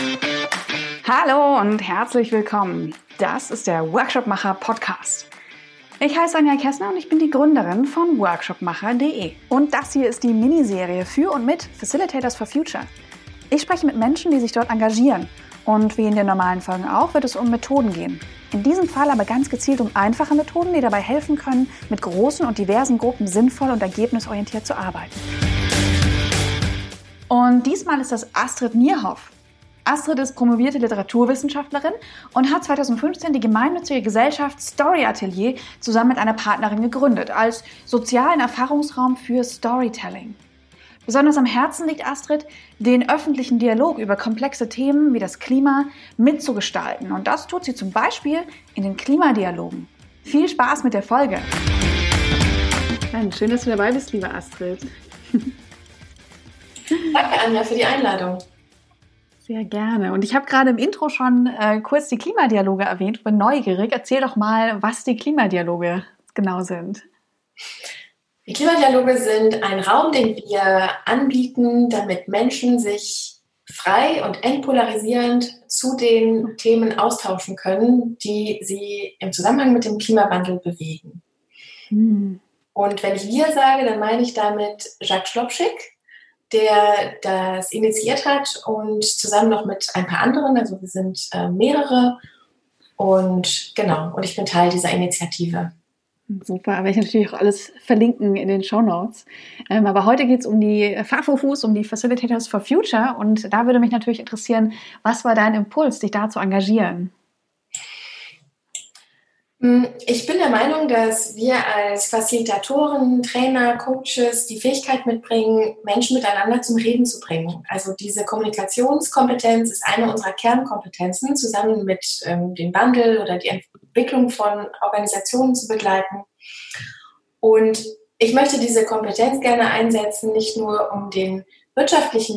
Hallo und herzlich willkommen. Das ist der Workshopmacher Podcast. Ich heiße Anja Kessner und ich bin die Gründerin von workshopmacher.de. Und das hier ist die Miniserie für und mit Facilitators for Future. Ich spreche mit Menschen, die sich dort engagieren. Und wie in den normalen Folgen auch, wird es um Methoden gehen. In diesem Fall aber ganz gezielt um einfache Methoden, die dabei helfen können, mit großen und diversen Gruppen sinnvoll und ergebnisorientiert zu arbeiten. Und diesmal ist das Astrid Nierhoff. Astrid ist promovierte Literaturwissenschaftlerin und hat 2015 die gemeinnützige Gesellschaft Story Atelier zusammen mit einer Partnerin gegründet, als sozialen Erfahrungsraum für Storytelling. Besonders am Herzen liegt Astrid, den öffentlichen Dialog über komplexe Themen wie das Klima mitzugestalten. Und das tut sie zum Beispiel in den Klimadialogen. Viel Spaß mit der Folge! Schön, dass du dabei bist, liebe Astrid. Danke, Anja, für die Einladung. Sehr gerne. Und ich habe gerade im Intro schon kurz die Klimadialoge erwähnt. Ich bin neugierig. Erzähl doch mal, was die Klimadialoge genau sind. Die Klimadialoge sind ein Raum, den wir anbieten, damit Menschen sich frei und entpolarisierend zu den Themen austauschen können, die sie im Zusammenhang mit dem Klimawandel bewegen. Und wenn ich wir sage, dann meine ich damit Jacques Schlopschick, der das initiiert hat und zusammen noch mit ein paar anderen, also wir sind mehrere und genau, und ich bin Teil dieser Initiative. Super, werde ich natürlich auch alles verlinken in den Shownotes. Aber heute geht es um die FAFO-Fuß, um die Facilitators for Future und da würde mich natürlich interessieren, was war dein Impuls, dich da zu engagieren? Ich bin der Meinung, dass wir als Facilitatoren, Trainer, Coaches die Fähigkeit mitbringen, Menschen miteinander zum Reden zu bringen. Also diese Kommunikationskompetenz ist eine unserer Kernkompetenzen, zusammen mit dem Wandel oder die Entwicklung von Organisationen zu begleiten. Und ich möchte diese Kompetenz gerne einsetzen, nicht nur um den wirtschaftlichen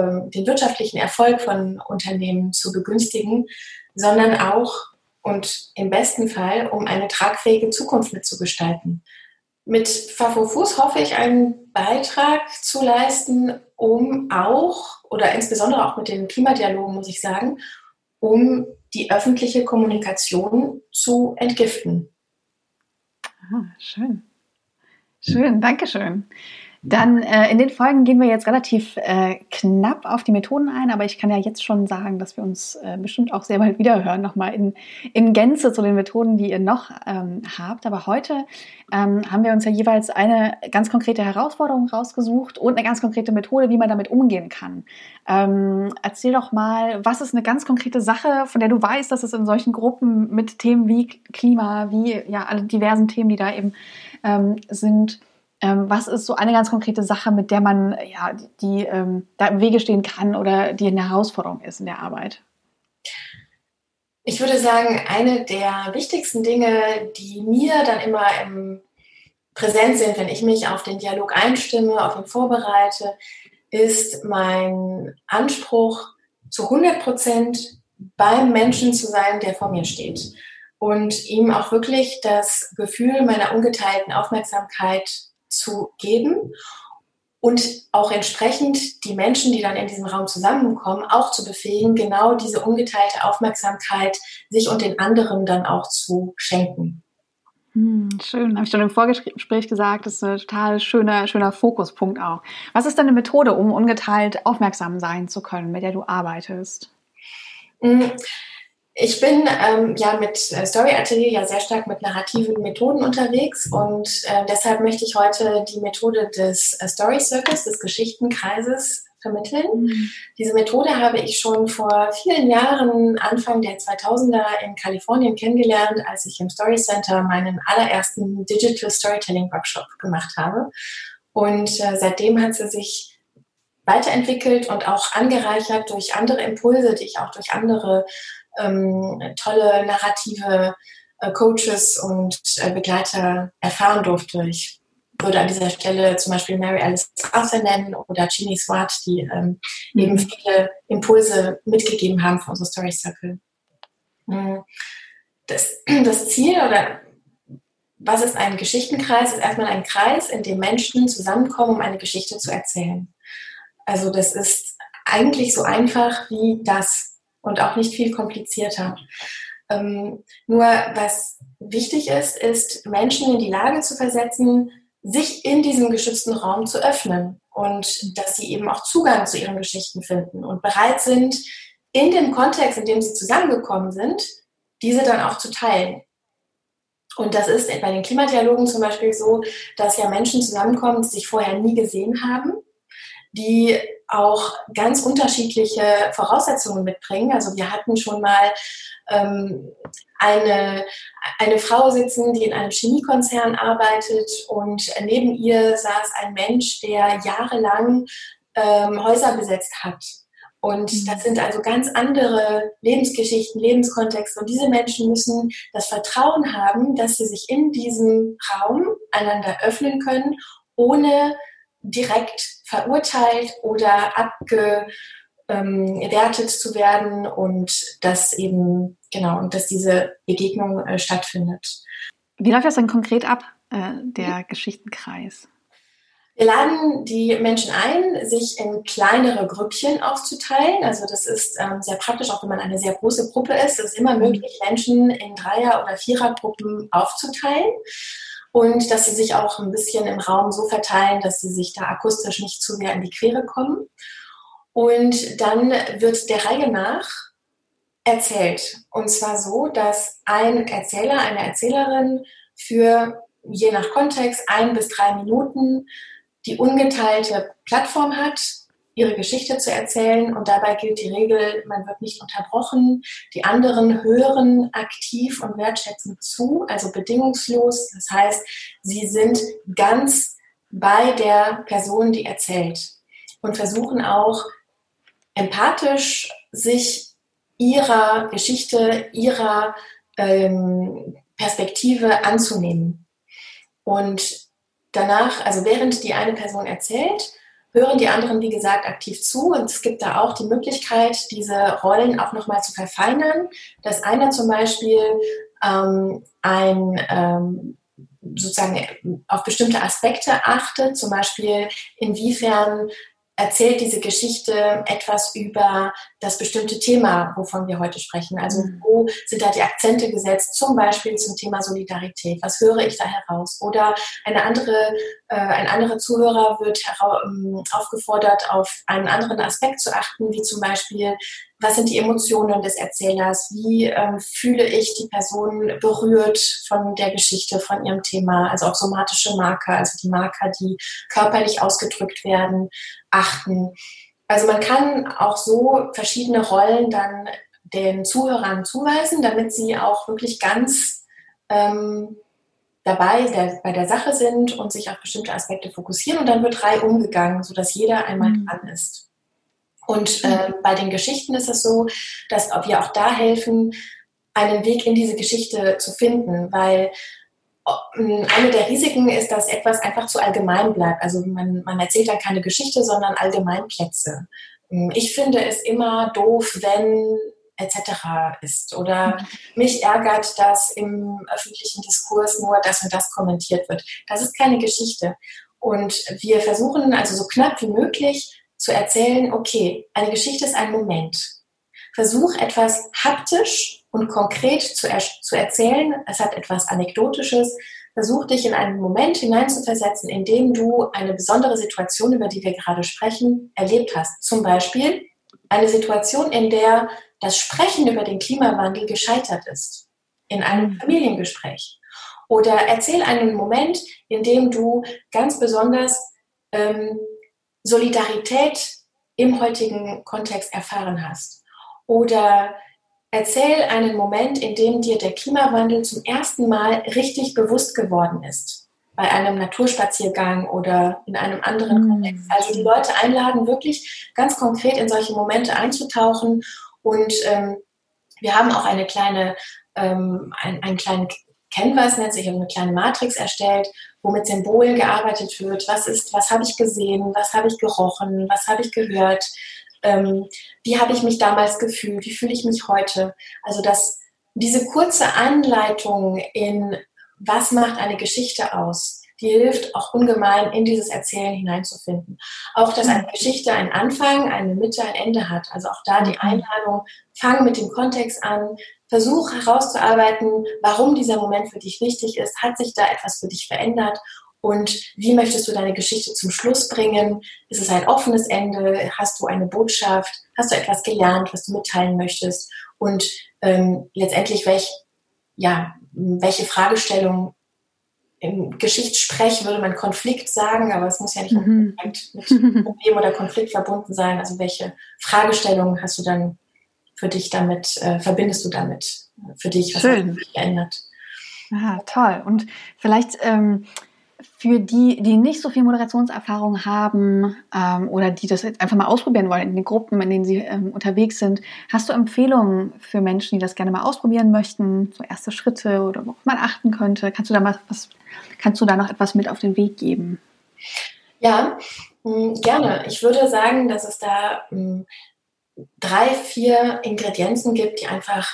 Erfolg von Unternehmen zu begünstigen, sondern auch und im besten Fall, um eine tragfähige Zukunft mitzugestalten. Mit FAFO-Fuß hoffe ich, einen Beitrag zu leisten, um auch, oder insbesondere auch mit den Klimadialogen, muss ich sagen, um die öffentliche Kommunikation zu entgiften. Schön. Schön, danke schön. Dann in den Folgen gehen wir jetzt relativ knapp auf die Methoden ein, aber ich kann ja jetzt schon sagen, dass wir uns bestimmt auch sehr bald wiederhören, nochmal in Gänze zu den Methoden, die ihr noch habt. Aber heute haben wir uns ja jeweils eine ganz konkrete Herausforderung rausgesucht und eine ganz konkrete Methode, wie man damit umgehen kann. Erzähl doch mal, was ist eine ganz konkrete Sache, von der du weißt, dass es in solchen Gruppen mit Themen wie Klima, wie ja alle diversen Themen, die da eben sind, was ist so eine ganz konkrete Sache, mit der man die da im Wege stehen kann oder die eine Herausforderung ist in der Arbeit? Ich würde sagen, eine der wichtigsten Dinge, die mir dann immer präsent sind, wenn ich mich auf den Dialog einstimme, auf ihn vorbereite, ist mein Anspruch, zu 100% beim Menschen zu sein, der vor mir steht. Und ihm auch wirklich das Gefühl meiner ungeteilten Aufmerksamkeit zu geben und auch entsprechend die Menschen, die dann in diesem Raum zusammenkommen, auch zu befähigen, genau diese ungeteilte Aufmerksamkeit sich und den anderen dann auch zu schenken. Schön, habe ich schon im Vorgespräch gesagt, das ist ein total schöner Fokuspunkt auch. Was ist deine Methode, um ungeteilt aufmerksam sein zu können, mit der du arbeitest? Ich bin mit Story Atelier sehr stark mit narrativen Methoden unterwegs und deshalb möchte ich heute die Methode des Story Circles, des Geschichtenkreises, vermitteln. Diese Methode habe ich schon vor vielen Jahren, Anfang der 2000er in Kalifornien kennengelernt, als ich im Story Center meinen allerersten Digital Storytelling Workshop gemacht habe. Und seitdem hat sie sich weiterentwickelt und auch angereichert durch andere Impulse, die ich auch durch andere tolle narrative Coaches und Begleiter erfahren durfte. Ich würde an dieser Stelle zum Beispiel Mary Alice Arthur nennen oder Jeannie Swart, die eben viele Impulse mitgegeben haben für unsere Story Circle. Das Ziel oder was ist ein Geschichtenkreis? Ist erstmal ein Kreis, in dem Menschen zusammenkommen, um eine Geschichte zu erzählen. Also das ist eigentlich so einfach wie das. und auch nicht viel komplizierter. Nur was wichtig ist, Menschen in die Lage zu versetzen, sich in diesem geschützten Raum zu öffnen und dass sie eben auch Zugang zu ihren Geschichten finden und bereit sind, in dem Kontext, in dem sie zusammengekommen sind, diese dann auch zu teilen. Und das ist bei den Klimadialogen zum Beispiel so, dass ja Menschen zusammenkommen, die sich vorher nie gesehen haben, die auch ganz unterschiedliche Voraussetzungen mitbringen. Also wir hatten schon mal eine Frau sitzen, die in einem Chemiekonzern arbeitet und neben ihr saß ein Mensch, der jahrelang Häuser besetzt hat. Und das sind also ganz andere Lebensgeschichten, Lebenskontexte. Und diese Menschen müssen das Vertrauen haben, dass sie sich in diesem Raum einander öffnen können, ohne direkt verurteilt oder abgewertet zu werden und dass eben, genau, und dass diese Begegnung stattfindet. Wie läuft das dann konkret ab, der Geschichtenkreis? Wir laden die Menschen ein, sich in kleinere Grüppchen aufzuteilen. Also das ist sehr praktisch, auch wenn man eine sehr große Gruppe ist. Es ist immer möglich, Menschen in Dreier- oder Vierergruppen aufzuteilen und dass sie sich auch ein bisschen im Raum so verteilen, dass sie sich da akustisch nicht zu sehr in die Quere kommen. Und dann wird der Reihe nach erzählt. Und zwar so, dass ein Erzähler, eine Erzählerin für je nach Kontext 1 bis 3 Minuten die ungeteilte Plattform hat, ihre Geschichte zu erzählen. Und dabei gilt die Regel, man wird nicht unterbrochen. Die anderen hören aktiv und wertschätzend zu, also bedingungslos. Das heißt, sie sind ganz bei der Person, die erzählt und versuchen auch empathisch sich ihrer Geschichte, ihrer Perspektive anzunehmen. Und danach, also während die eine Person erzählt, hören die anderen, wie gesagt, aktiv zu. Und es gibt da auch die Möglichkeit, diese Rollen auch nochmal zu verfeinern, dass einer zum Beispiel sozusagen auf bestimmte Aspekte achtet, zum Beispiel inwiefern erzählt diese Geschichte etwas über das bestimmte Thema, wovon wir heute sprechen. Also wo sind da die Akzente gesetzt, zum Beispiel zum Thema Solidarität. Was höre ich da heraus? Oder ein anderer Zuhörer wird aufgefordert, auf einen anderen Aspekt zu achten, wie zum Beispiel, was sind die Emotionen des Erzählers? Wie fühle ich die Person berührt von der Geschichte, von ihrem Thema? Also auch somatische Marker, also die Marker, die körperlich ausgedrückt werden, achten. Also man kann auch so verschiedene Rollen dann den Zuhörern zuweisen, damit sie auch wirklich ganz dabei bei der Sache sind und sich auf bestimmte Aspekte fokussieren. Und dann wird reihum gegangen, sodass jeder einmal dran ist. Und bei den Geschichten ist es so, dass wir auch da helfen, einen Weg in diese Geschichte zu finden, weil eine der Risiken ist, dass etwas einfach zu allgemein bleibt. Also man erzählt dann keine Geschichte, sondern Allgemeinplätze. Ich finde es immer doof, wenn etc. ist. Oder mich ärgert, dass im öffentlichen Diskurs nur das und das kommentiert wird. Das ist keine Geschichte. Und wir versuchen also so knapp wie möglich zu erzählen, okay, eine Geschichte ist ein Moment. Versuch etwas haptisch und konkret zu erzählen. Es hat etwas Anekdotisches. Versuch dich in einen Moment hineinzuversetzen, in dem du eine besondere Situation, über die wir gerade sprechen, erlebt hast. Zum Beispiel eine Situation, in der das Sprechen über den Klimawandel gescheitert ist. In einem Familiengespräch. Oder erzähl einen Moment, in dem du ganz besonders Solidarität im heutigen Kontext erfahren hast. Oder erzähl einen Moment, in dem dir der Klimawandel zum ersten Mal richtig bewusst geworden ist. Bei einem Naturspaziergang oder in einem anderen Kontext. Also die Leute einladen, wirklich ganz konkret in solche Momente einzutauchen. Und wir haben auch einen kleinen Canvas, nennt sich, eine kleine Matrix erstellt, wo mit Symbolen gearbeitet wird. Was habe ich gesehen? Was habe ich gerochen? Was habe ich gehört? Wie habe ich mich damals gefühlt? Wie fühle ich mich heute? Also diese kurze Anleitung in, was macht eine Geschichte aus, die hilft auch ungemein, in dieses Erzählen hineinzufinden. Auch, dass eine Geschichte einen Anfang, eine Mitte, ein Ende hat. Also auch da die Einladung, fang mit dem Kontext an, versuch herauszuarbeiten, warum dieser Moment für dich wichtig ist. Hat sich da etwas für dich verändert? Und wie möchtest du deine Geschichte zum Schluss bringen? Ist es ein offenes Ende? Hast du eine Botschaft? Hast du etwas gelernt, was du mitteilen möchtest? Und letztendlich, welche Fragestellung im Geschichtssprech würde man Konflikt sagen, aber es muss ja nicht unbedingt mit Problem oder Konflikt verbunden sein. Also welche Fragestellungen hast du dann für dich damit, verbindest du damit für dich, was hat sich geändert? Ah, toll. Und vielleicht für die, die nicht so viel Moderationserfahrung haben oder die das jetzt einfach mal ausprobieren wollen in den Gruppen, in denen sie unterwegs sind, hast du Empfehlungen für Menschen, die das gerne mal ausprobieren möchten, so erste Schritte oder worauf man achten könnte? Kannst du da noch etwas mit auf den Weg geben? Ja, gerne. Ich würde sagen, dass es da 3, 4 Ingredienzen gibt, die einfach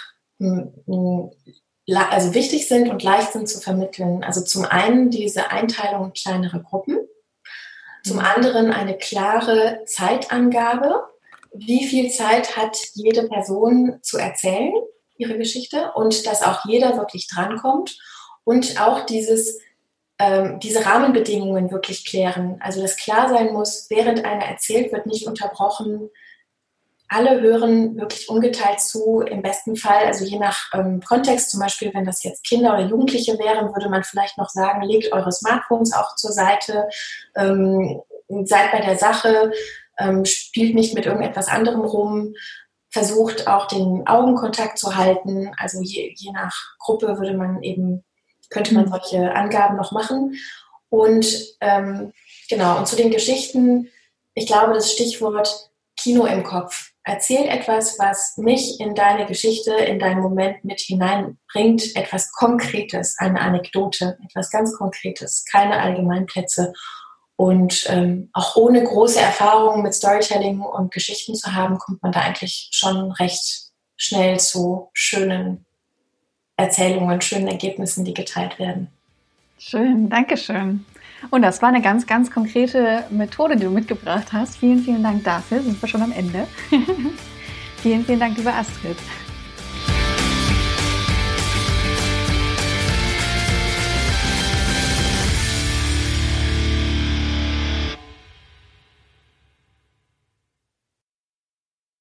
also wichtig sind und leicht sind zu vermitteln. Also zum einen diese Einteilung in kleinere Gruppen, zum anderen eine klare Zeitangabe. Wie viel Zeit hat jede Person zu erzählen, ihre Geschichte, und dass auch jeder wirklich drankommt, und auch diese Rahmenbedingungen wirklich klären. Also dass klar sein muss, während einer erzählt, wird nicht unterbrochen. Alle hören wirklich ungeteilt zu, im besten Fall, also je nach Kontext, zum Beispiel, wenn das jetzt Kinder oder Jugendliche wären, würde man vielleicht noch sagen, legt eure Smartphones auch zur Seite, seid bei der Sache, spielt nicht mit irgendetwas anderem rum, versucht auch den Augenkontakt zu halten, also je nach Gruppe könnte man solche Angaben noch machen. Und genau, und zu den Geschichten, ich glaube, das Stichwort Kino im Kopf. Erzähl etwas, was mich in deine Geschichte, in deinen Moment mit hineinbringt. Etwas Konkretes, eine Anekdote, etwas ganz Konkretes, keine Allgemeinplätze. Und auch ohne große Erfahrungen mit Storytelling und Geschichten zu haben, kommt man da eigentlich schon recht schnell zu schönen Erzählungen, schönen Ergebnissen, die geteilt werden. Schön, danke schön. Und das war eine ganz, ganz konkrete Methode, die du mitgebracht hast. Vielen, vielen Dank dafür. Sind wir schon am Ende. Vielen, vielen Dank, liebe Astrid.